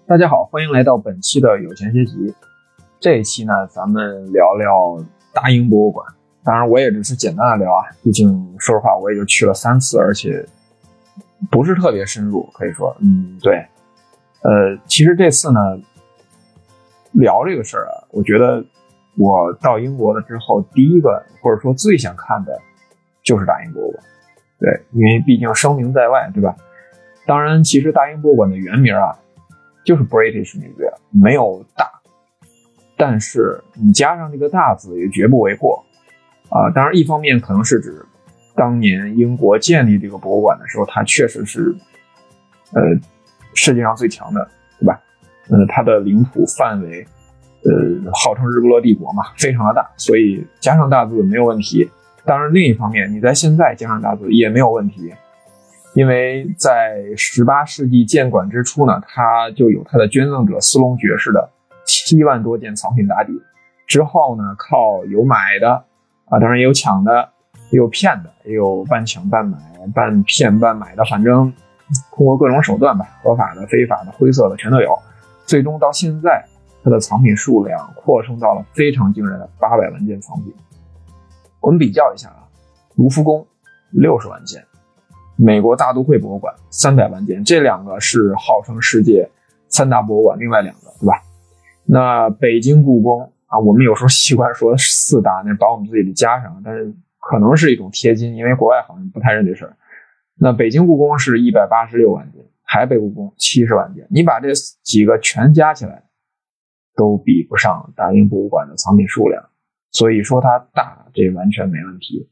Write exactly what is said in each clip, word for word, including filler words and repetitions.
大家好，欢迎来到本期的有钱学习。这一期呢，咱们聊聊大英博物馆。当然，我也只是简单的聊啊，毕竟说实话，我也就去了三次，而且不是特别深入，可以说，嗯，对。呃，其实这次呢，聊这个事儿啊，我觉得我到英国了之后，第一个或者说最想看的就是大英博物馆。对，因为毕竟声名在外，对吧？当然，其实大英博物馆的原名啊，就是 British Museum， 没有大，但是你加上这个大字也绝不为过啊。当然，一方面可能是指当年英国建立这个博物馆的时候，它确实是呃世界上最强的，对吧？呃，它的领土范围呃号称日不落帝国嘛，非常的大，所以加上大字没有问题。当然，另一方面，你在现在加上大字也没有问题。因为在十八世纪建馆之初呢，它就有它的捐赠者斯隆爵士的七万多件藏品打底。之后呢，靠有买的啊，当然也有抢的，也有骗的，也有半抢半买、半骗半买的，反正通过各种手段吧，合法的、非法的、灰色的全都有。最终到现在，它的藏品数量扩充到了非常惊人的八百万件藏品。我们比较一下啊，卢浮宫六十万件。美国大都会博物馆三百万件，这两个是号称世界三大博物馆，另外两个，对吧？那北京故宫啊，我们有时候习惯说四大，那把我们自己的加上，但是可能是一种贴金，因为国外好像不太认这事儿。那北京故宫是一百八十六万件，台北故宫七十万件，你把这几个全加起来，都比不上大英博物馆的藏品数量，所以说它大，这完全没问题。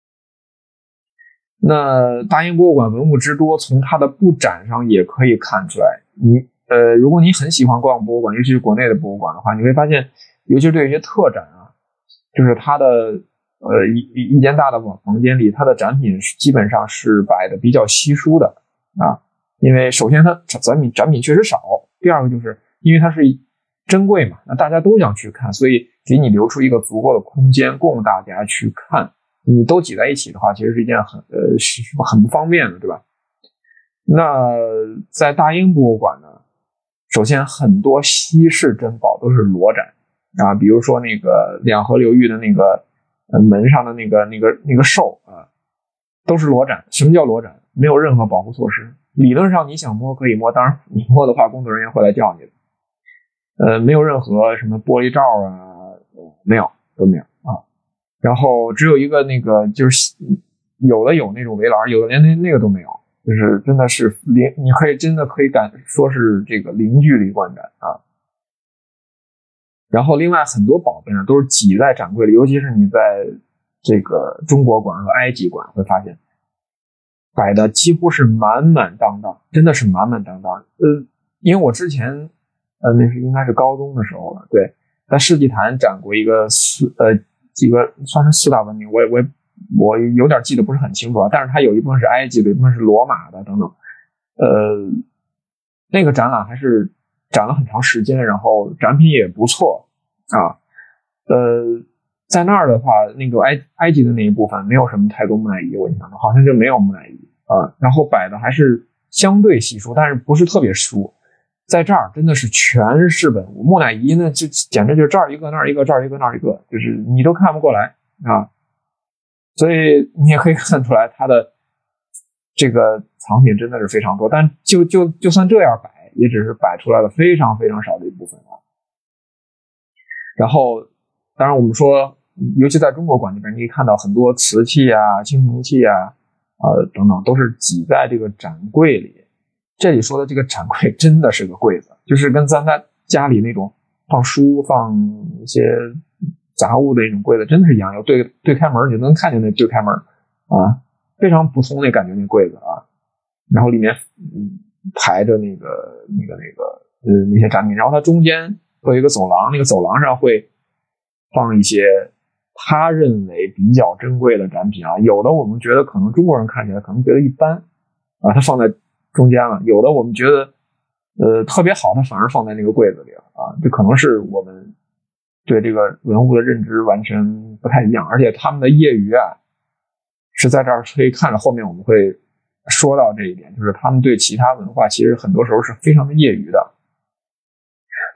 那大英博物馆文物之多，从它的布展上也可以看出来。你呃，如果你很喜欢逛博物馆，尤其是国内的博物馆的话，你会发现，尤其是对一些特展啊，就是它的呃一一间大的房间里，它的展品基本上是摆的比较稀疏的啊。因为首先它展品展品确实少，第二个就是因为它是珍贵嘛，那大家都想去看，所以给你留出一个足够的空间供大家去看。你都挤在一起的话，其实是一件很呃是很不方便的，对吧？那在大英博物馆呢，首先很多稀世珍宝都是裸展啊，比如说那个两河流域的那个呃门上的那个那个那个兽啊，都是裸展。什么叫裸展？没有任何保护措施。理论上你想摸可以摸，当然你摸的话，工作人员会来叫你的。呃，没有任何什么玻璃罩啊，没有，都没有啊。然后只有一个那个，就是有的有那种围栏，有的连那那个都没有，就是真的是零，你可以真的可以感说是这个零距离观展啊。然后另外很多宝贝呢都是挤在展柜里，尤其是你在这个中国馆和埃及馆会发现，摆的几乎是满满当当，真的是满满当当。呃，因为我之前呃那是应该是高中的时候了，对，在世纪坛展过一个四呃。几个算是四大文明，我也我也我有点记得不是很清楚啊，但是它有一部分是埃及的，有一部分是罗马的等等。呃，那个展览还是展了很长时间，然后展品也不错啊。呃，在那儿的话，那个埃埃及的那一部分没有什么太多木乃伊，我印象中好像就没有木乃伊啊。然后摆的还是相对稀疏，但是不是特别疏。在这儿真的是全是文物，木乃伊呢就简直就是这儿一个那儿一个，这儿一个那儿一个，就是你都看不过来啊。所以你也可以看出来它的这个藏品真的是非常多，但就就就算这样摆，也只是摆出来了非常非常少的一部分啊。然后当然我们说，尤其在中国馆里边，你可以看到很多瓷器啊、青铜器啊、呃等等，都是挤在这个展柜里。这里说的这个展柜真的是个柜子，就是跟咱家家里那种放书放一些杂物的那种柜子真的是一样，有对对开门，你能看见那对开门啊，非常普通的感觉那柜子啊。然后里面嗯排着那个那个那个呃那些展品，然后它中间会有一个走廊，那个走廊上会放一些他认为比较珍贵的展品啊，有的我们觉得可能中国人看起来可能觉得一般啊，它放在中间了，有的我们觉得呃特别好，它反而放在那个柜子里了啊，这可能是我们对这个文物的认知完全不太一样，而且他们的业余啊是在这儿可以看着，后面我们会说到这一点，就是他们对其他文化其实很多时候是非常的业余的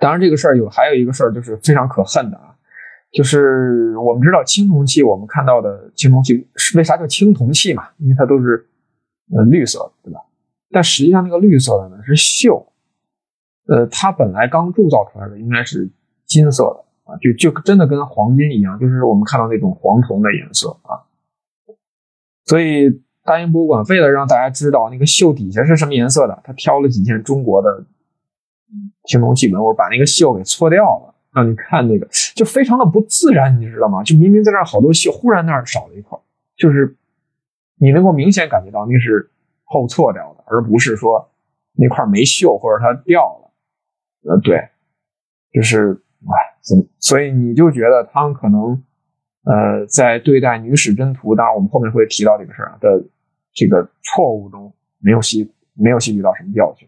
当然这个事儿有还有一个事儿就是非常可恨的啊，就是我们知道青铜器，我们看到的青铜器为啥叫青铜器嘛？因为它都是呃绿色的，对吧？但实际上那个绿色的呢是锈，呃，它本来刚铸造出来的应该是金色的啊，就就真的跟黄金一样，就是我们看到那种黄铜的颜色啊。所以大英博物馆为了让大家知道那个锈底下是什么颜色的，他挑了几件中国的青铜器文物，把那个锈给搓掉了，让你看那个就非常的不自然，你知道吗？就明明在这儿好多锈，忽然那儿少了一块，就是你能够明显感觉到那是后错掉的，而不是说那块没锈或者它掉了。呃，对，就是哎，所以你就觉得他们可能呃在对待女史箴图，当然我们后面会提到这个事儿啊的这个错误中没有吸没有吸取到什么教训。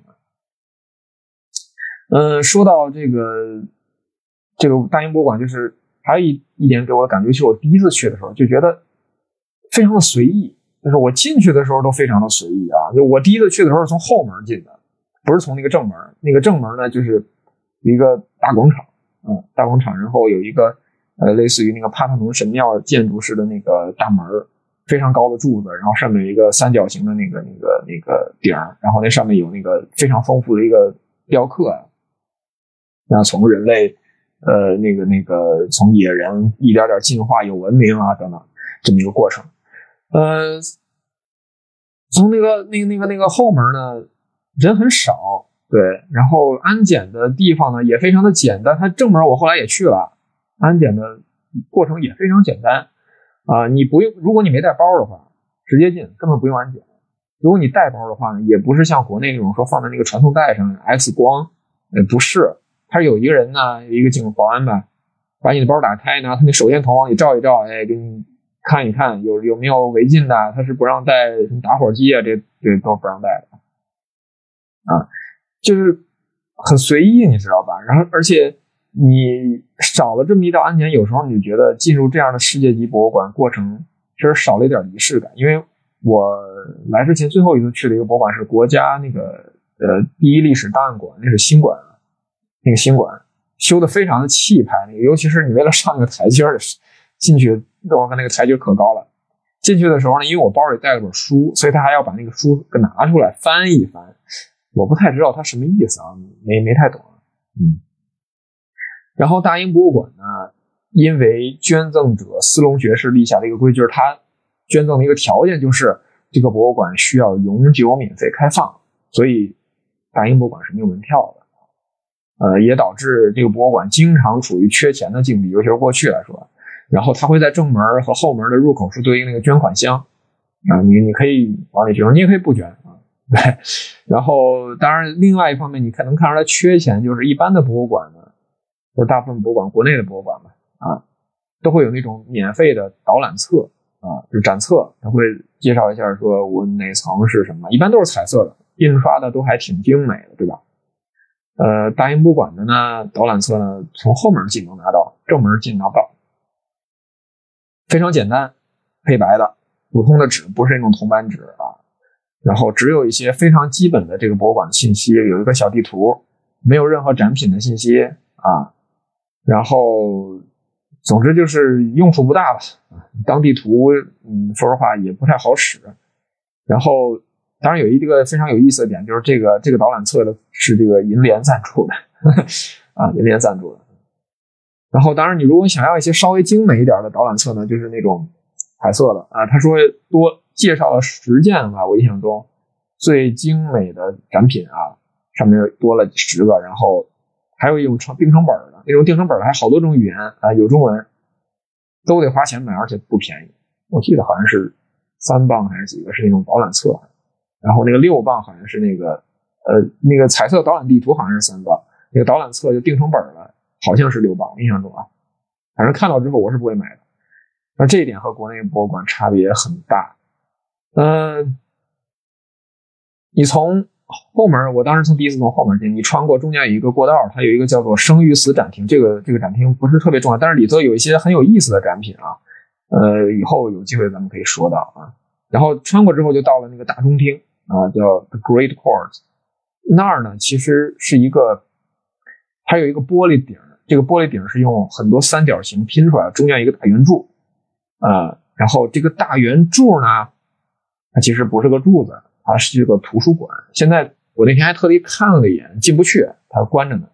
嗯，说到这个这个大英博物馆，就是还有一一点给我的感觉，就是我第一次去的时候就觉得非常的随意，就是我进去的时候都非常的随意啊。就我第一次去的时候是从后门进的，不是从那个正门。那个正门呢，就是一个大广场，嗯，大广场，然后有一个呃类似于那个帕特农神庙建筑式的那个大门，非常高的柱子，然后上面有一个三角形的那个那个那个顶，然后那上面有那个非常丰富的一个雕刻啊。那从人类，呃，那个那个从野人一点点进化有文明啊等等这么一个过程，呃，从那个那个那个那个后门呢，人很少，对，然后安检的地方呢也非常的简单，它正门我后来也去了，安检的过程也非常简单啊、呃，你不用，如果你没带包的话，直接进，根本不用安检。如果你带包的话呢，也不是像国内那种说放在那个传送带上 X 光，呃，不是。他有一个人呢，有一个警保安吧，把你的包打开，拿他那手电筒往里照一照，哎，给你看一看有有没有违禁的，他是不让带打火机啊，这这都是不让带的啊，就是很随意，你知道吧？然后而且你少了这么一道安检，有时候你就觉得进入这样的世界级博物馆过程其实少了一点仪式感，因为我来之前最后一次去的一个博物馆是国家那个呃第一历史档案馆，那是新馆。那个新馆修的非常的气派，那个尤其是你为了上那个台阶的进去，我看那个台阶可高了。进去的时候呢，因为我包里带了本书，所以他还要把那个书给拿出来翻一翻。我不太知道他什么意思啊，没没太懂。嗯。然后大英博物馆呢，因为捐赠者斯隆爵士立下的一个规矩，就是他捐赠的一个条件就是这个博物馆需要永久免费开放，所以大英博物馆是没有门票的。呃，也导致这个博物馆经常处于缺钱的境地，尤其是过去来说。然后它会在正门和后门的入口处对应那个捐款箱啊，你你可以往里捐，你也可以不捐啊。对，然后当然另外一方面，你看能看出来缺钱，就是一般的博物馆呢，或者大部分博物馆，国内的博物馆吧，啊，都会有那种免费的导览册啊，就是展册，它会介绍一下说我哪层是什么，一般都是彩色的，印刷的都还挺精美的，对吧？呃，大英博物馆的呢，导览册呢，从后门进能拿到，正门进拿不到。非常简单，黑白的，普通的纸，不是那种铜版纸啊。然后只有一些非常基本的这个博物馆的信息，有一个小地图，没有任何展品的信息啊。然后，总之就是用处不大吧。当地图，嗯，说实话也不太好使。然后。当然有一个非常有意思的点，就是这个这个导览册的是这个银联赞助的呵呵啊，银联赞助的。然后当然你如果想要一些稍微精美一点的导览册呢，就是那种彩色的啊，他说多介绍了十件吧，我印象中最精美的展品啊，上面多了十个，然后还有一种成订成本的，那种订成本的还好多种语言啊，有中文，都得花钱买，而且不便宜。我记得好像是三磅还是几个是那种导览册。然后那个六磅好像是那个呃那个彩色导览地图好像是三磅，那个导览册就订成本了，好像是六磅，印象中啊，反正看到之后我是不会买的。那这一点和国内博物馆差别很大。嗯、呃，你从后门，我当时从第一次从后门进，你穿过中间有一个过道，它有一个叫做生与死展厅，这个这个展厅不是特别重要，但是里头有一些很有意思的展品啊，呃，以后有机会咱们可以说到啊。然后穿过之后就到了那个大中厅啊，叫 The Great Court。那儿呢，其实是一个， 它有一个玻璃顶，这个玻璃顶是用很多三角形拼出来的，中间有一个大圆柱，呃，然后这个大圆柱呢，它其实不是个柱子，它是一个图书馆。现在我那天还特地看了一眼，进不去，它关着呢。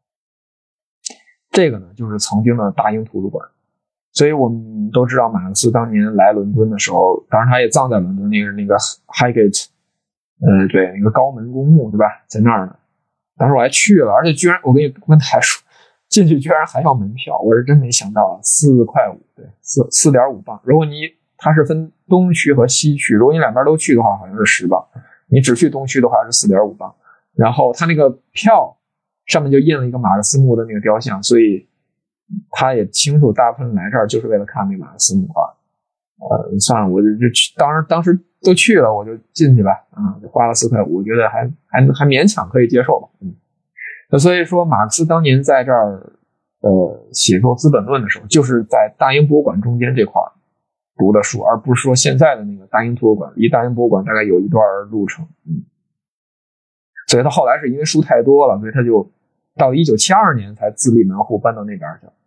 这个呢，就是曾经的大英图书馆。所以我们都知道马克思当年来伦敦的时候，当然他也葬在伦敦，那个那个 Highgate， 呃，对，那个高门公墓，对吧？在那儿呢。当时我还去了，而且居然我跟你跟大家说，进去居然还要门票，我是真没想到，四块五，对，四四点五磅。如果你它是分东区和西区，如果你两边都去的话，好像是十磅。你只去东区的话是四点五磅。然后他那个票上面就印了一个马克思墓的那个雕像，所以他也清楚大部分人来这儿就是为了看那马克思墓啊。呃，算了，我就就当时当时都去了，我就进去吧，啊，就花了四块五，我觉得还还还勉强可以接受吧，嗯。那所以说，马克思当年在这儿呃写作《资本论》的时候，就是在大英博物馆中间这块读的书，而不是说现在的那个大英图书馆，离大英博物馆大概有一段路程，嗯。所以他后来是因为书太多了，所以他就到了一九七二年才自立门户搬到那边去了。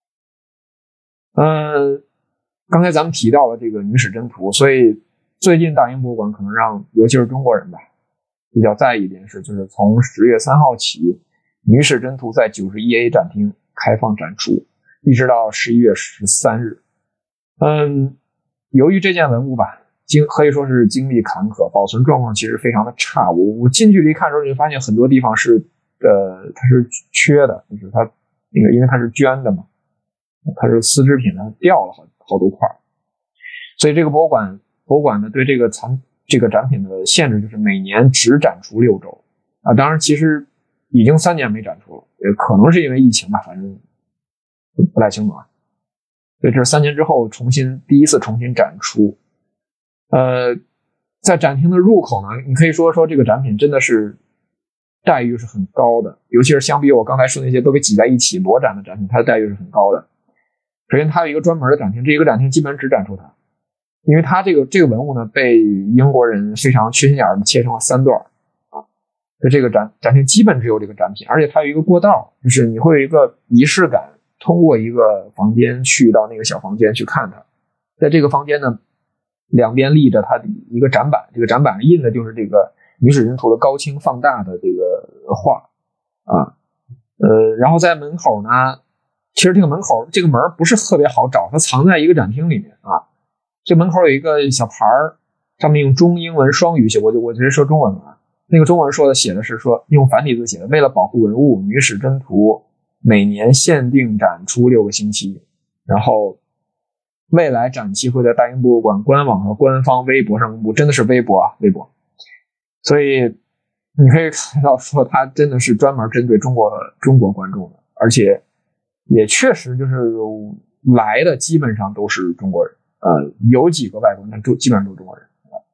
呃，刚才咱们提到了这个女史箴图，所以最近大英博物馆可能让尤其是中国人吧比较在意一点是，就是从十月三号起，女史箴图在九十一 A 展厅开放展出，一直到十一月十三日。嗯，由于这件文物吧，经可以说是经历坎坷，保存状况其实非常的差。我我近距离看的时候，你就发现很多地方是呃它是缺的，就是它那个因为它是捐的嘛，它是丝织品，它掉了好好多块。所以这个博物馆博物馆呢对这个产这个展品的限制就是每年只展出六周啊。当然其实已经三年没展出了，也可能是因为疫情吧，反正不太清楚啊。所以这是三年之后重新第一次重新展出。呃，在展厅的入口呢，你可以说说这个展品真的是待遇是很高的，尤其是相比我刚才说那些都被挤在一起裸展的展品，它的待遇是很高的。首先它有一个专门的展厅，这一个展厅基本只展出它，因为它这个这个文物呢被英国人非常缺心眼的切成了三段啊，就这个展展厅基本只有这个展品，而且它有一个过道，就是你会有一个仪式感，通过一个房间去到那个小房间去看它。在这个房间呢，两边立着它的一个展板，这个展板印的就是这个女史箴图的高清放大的这个画啊。呃，然后在门口呢，其实这个门口这个门不是特别好找，它藏在一个展厅里面啊。这门口有一个小牌儿，上面用中英文双语写，我就我直接说中文了。那个中文说的写的是说用繁体字写的，为了保护文物，女史箴图每年限定展出六个星期，然后未来展期会在大英博物馆官网和官方微博上公布，真的是微博啊，微博。所以你可以看到说它真的是专门针对中国中国观众的，而且也确实就是来的基本上都是中国人，呃，有几个外国人，但基本上都是中国人。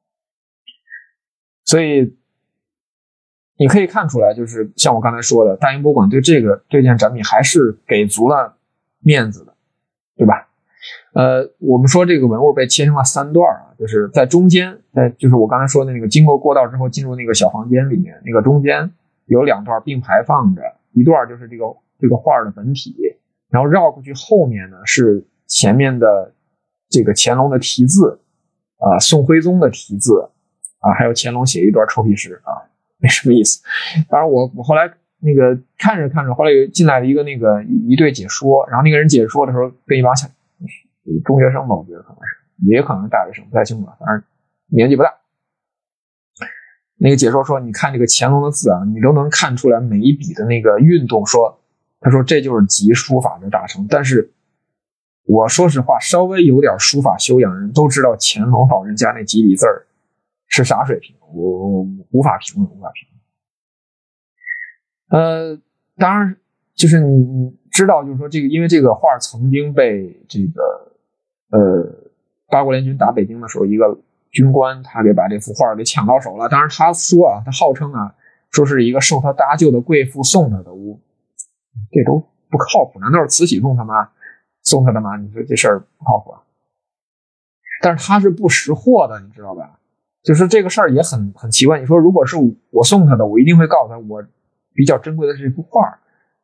所以你可以看出来，就是像我刚才说的，大英博物馆对这个这件展品还是给足了面子的，对吧？呃，我们说这个文物被切成了三段啊，就是在中间，在就是我刚才说的那个经过过道之后进入那个小房间里面，那个中间有两段并排放着，一段就是这个这个画的本体，然后绕过去后面呢是前面的这个乾隆的题字啊、呃，宋徽宗的题字啊，还有乾隆写一段臭屁诗啊，没什么意思。当然我我后来那个看着看着，后来有进来了一个那个一对解说，然后那个人解说的时候跟一帮小中学生吧，我觉得可能是，也可能是大学生，不太清楚，反正年纪不大。那个解说说，你看这个乾隆的字啊，你都能看出来每一笔的那个运动，说他说这就是集书法的大成。但是我说实话，稍微有点书法修养人都知道乾隆老人家那几笔字儿是啥水平，我无法评论，无法评论。呃，当然就是你你知道，就是说这个，因为这个画曾经被这个呃八国联军打北京的时候，一个军官他给把这幅画给抢到手了。当然他说啊，他号称啊，说是一个受他搭救的贵妇送他的，我这都不靠谱，难道是慈禧送他吗？送他的吗？你说这事儿不靠谱啊？但是他是不识货的，你知道吧？就是这个事儿也很很奇怪。你说如果是我送他的，我一定会告诉他我比较珍贵的是这幅画，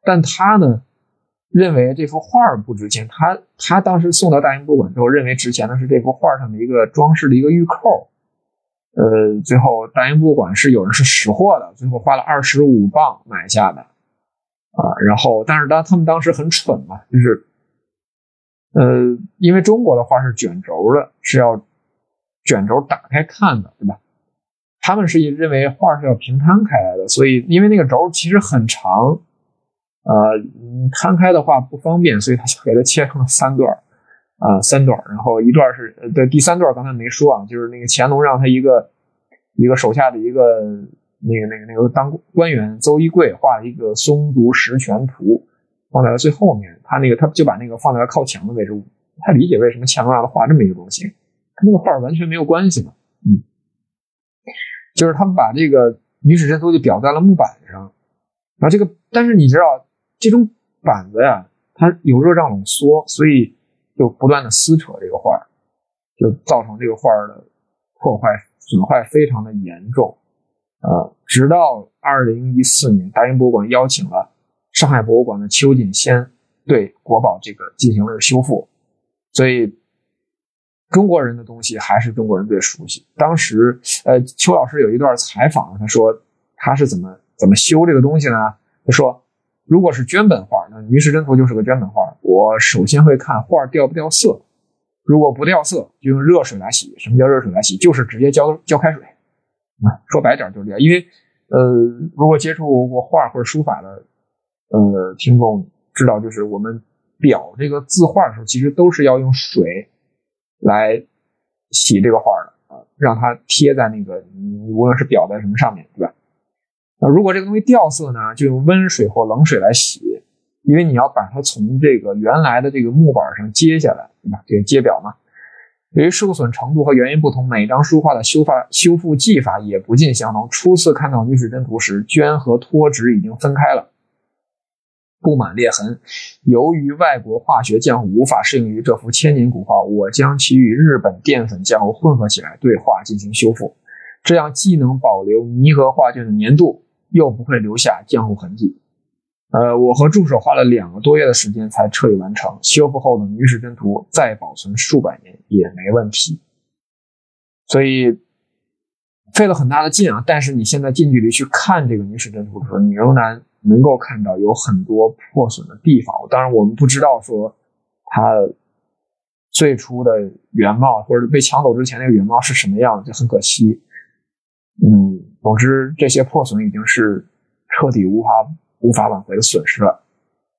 但他呢认为这幅画不值钱，他他当时送到大英博物馆之后，认为值钱的是这幅画上的一个装饰的一个玉扣。呃，最后大英博物馆是有人是识货的，最后花了二十五磅买下的啊。然后，但是当他们当时很蠢嘛，就是呃，因为中国的画是卷轴的，是要卷轴打开看的，对吧？他们是认为画是要平摊开来的，所以因为那个轴其实很长，呃，摊开的话不方便，所以他就给它切成了三段。啊，三段，然后一段是呃，第三段刚才没说啊，就是那个乾隆让他一个一个手下的一个那个那个那个当官员邹一贵画了一个松竹石泉图，放在了最后面，他那个他就把那个放在了靠墙的位置，不太理解为什么乾隆让他画这么一个东西，跟那个画完全没有关系嘛，嗯，就是他们把这个女史箴图就裱在了木板上，然后这个但是你知道这种板子呀，它有热胀冷缩，所以就不断的撕扯这个画，就造成这个画的破坏损坏非常的严重。呃，直到二零一四年，大英博物馆邀请了上海博物馆的邱锦先对国宝这个进行了修复，所以中国人的东西还是中国人最熟悉。当时，呃，邱老师有一段采访，他说他是怎么怎么修这个东西呢？他说，如果是绢本画，那女史箴图就是个绢本画。我首先会看画掉不掉色，如果不掉色，就用热水来洗。什么叫热水来洗？就是直接浇浇开水。啊，说白点就是这样。因为，呃，如果接触过画或者书法的，呃，听众知道，就是我们裱这个字画的时候，其实都是要用水来洗这个画的啊，让它贴在那个你无论是裱在什么上面，对吧？那如果这个东西掉色呢，就用温水或冷水来洗，因为你要把它从这个原来的这个木板上揭下来，对吧？这个揭裱嘛，由于受损程度和原因不同，每张书画的修法修复技法也不尽相同。初次看到女史箴图时，绢和脱纸已经分开了，布满裂痕。由于外国化学浆糊无法适应于这幅千年古画，我将其与日本淀粉浆糊混合起来，对画进行修复，这样既能保留泥和画卷的粘度，又不会留下浆糊痕迹。呃，我和助手花了两个多月的时间才彻底完成。修复后的女史箴图再保存数百年也没问题。所以费了很大的劲啊，但是你现在近距离去看这个女史箴图的时候，你仍然能够看到有很多破损的地方。当然我们不知道说它最初的原貌或者被抢走之前那个原貌是什么样的，就很可惜。嗯，总之这些破损已经是彻底无法无法挽回的损失了。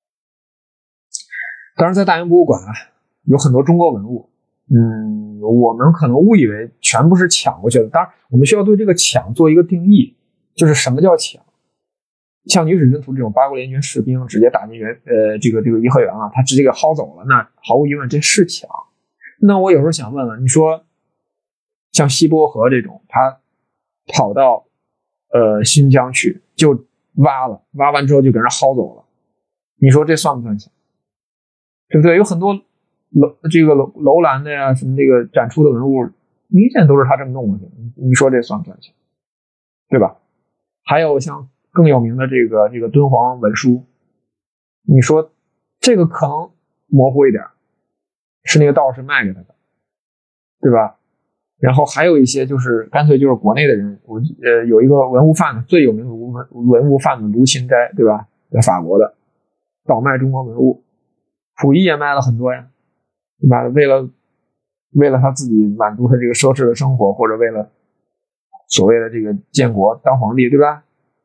当然在大英博物馆啊，有很多中国文物，嗯，我们可能误以为全部是抢过去的。当然我们需要对这个抢做一个定义，就是什么叫抢。像女史箴图这种八国联军士兵直接打进原呃这个这个颐和园啊，他直接给薅走了，那毫无疑问这是抢。那我有时候想问了，你说像西波河这种，他跑到呃新疆去就挖了，挖完之后就给人薅走了，你说这算不算抢？对不对？有很多楼这个楼楼兰的呀，什么这个展出的文物，明显都是他这么弄过去，你说这算不算抢？对吧？还有像更有名的这个这个敦煌文书，你说这个可能模糊一点，是那个道士卖给他的，对吧？然后还有一些就是干脆就是国内的人，我呃有一个文物贩子，最有名的文文物贩子卢芹斋，对吧？在法国的倒卖中国文物，溥仪也卖了很多呀，对吧？为了为了他自己满足他这个奢侈的生活，或者为了所谓的这个建国当皇帝，对吧？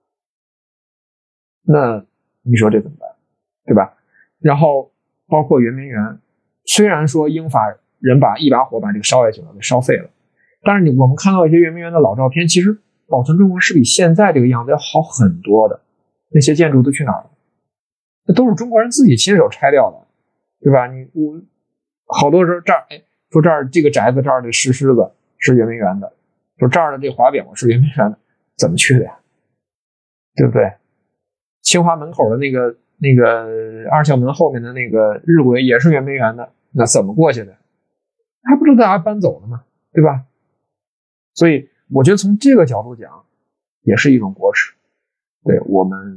那你说这怎么办？对吧？然后包括圆明园，虽然说英法人把一把火把这个烧下去了，给烧废了，但是你我们看到一些圆明园的老照片，其实保存状况是比现在这个样子要好很多的。那些建筑都去哪儿了？那都是中国人自己亲手拆掉的，对吧？你我好多时候这儿哎说这儿这个宅子这儿的石狮子是圆明园的，说这儿的这华表是圆明园的，怎么去的呀？对不对？清华门口的那个那个二校门后面的那个日晷也是圆明园的，那怎么过去的？还不知道大家搬走了吗？对吧？所以我觉得从这个角度讲，也是一种国耻。对，我们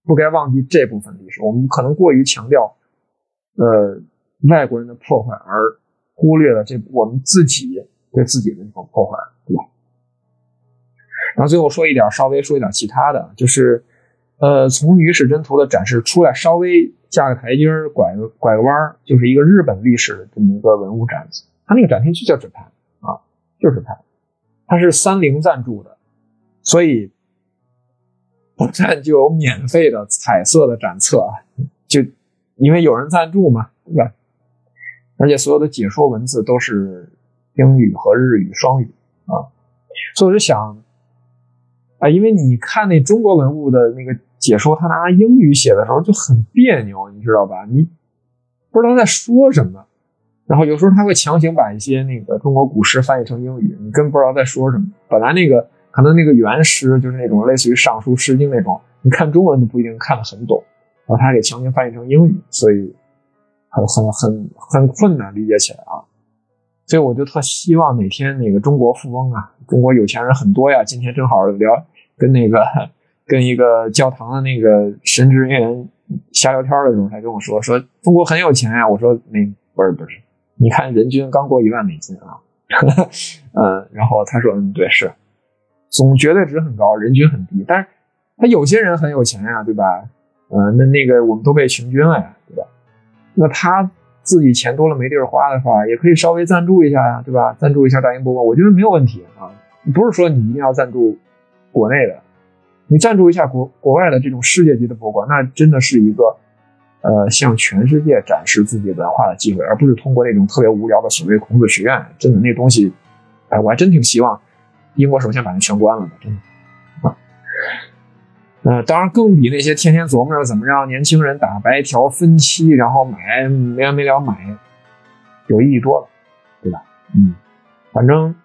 不该忘记这部分历史。我们可能过于强调呃外国人的破坏，而忽略了这我们自己对自己的这种破坏，对吧？然后最后说一点，稍微说一点其他的，就是呃从女史箴图的展示出来，稍微架个台阶儿，拐个拐个弯，就是一个日本历史的这么一个文物展。它那个展厅就叫纸牌啊，就是纸牌，它是三菱赞助的，所以不但就有免费的彩色的展册，就因为有人赞助嘛，对吧？而且所有的解说文字都是英语和日语双语啊，所以我就想啊，因为你看那中国文物的那个解说，他拿英语写的时候就很别扭，你知道吧？你不知道在说什么，然后有时候他会强行把一些那个中国古诗翻译成英语，你根本不知道在说什么。本来那个可能那个原诗就是那种类似于尚书诗经那种，你看中文都不一定看得很懂，然后他给强行翻译成英语，所以很很很很困难理解起来啊。所以我就特希望哪天那个中国富翁啊，中国有钱人很多呀，今天正好聊跟那个跟一个教堂的那个神职人员瞎聊天的时候，他跟我说说中国很有钱呀，我说那不是不是，你看人均刚过一万美金啊，嗯，然后他说嗯对是，总绝对值很高，人均很低，但是他有些人很有钱呀，对吧？嗯、呃，那那个我们都被穷军了呀，对吧？那他自己钱多了没地儿花的话，也可以稍微赞助一下呀，对吧？赞助一下大英博物馆，我觉得没有问题啊。不是说你一定要赞助国内的，你赞助一下国国外的这种世界级的博物馆，那真的是一个呃向全世界展示自己文化的机会，而不是通过那种特别无聊的所谓孔子学院。真的那东西，哎，我还真挺希望英国首先把那全关了的，真的啊。呃，当然更比那些天天琢磨着怎么让年轻人打白条分期，然后买没完没了买，有意义多了，对吧？嗯，反正，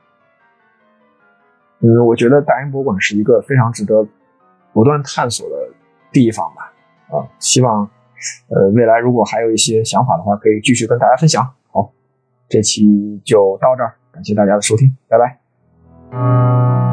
嗯，我觉得大英博物馆是一个非常值得不断探索的地方吧。啊，希望呃未来如果还有一些想法的话，可以继续跟大家分享。好，这期就到这儿，感谢大家的收听，拜拜。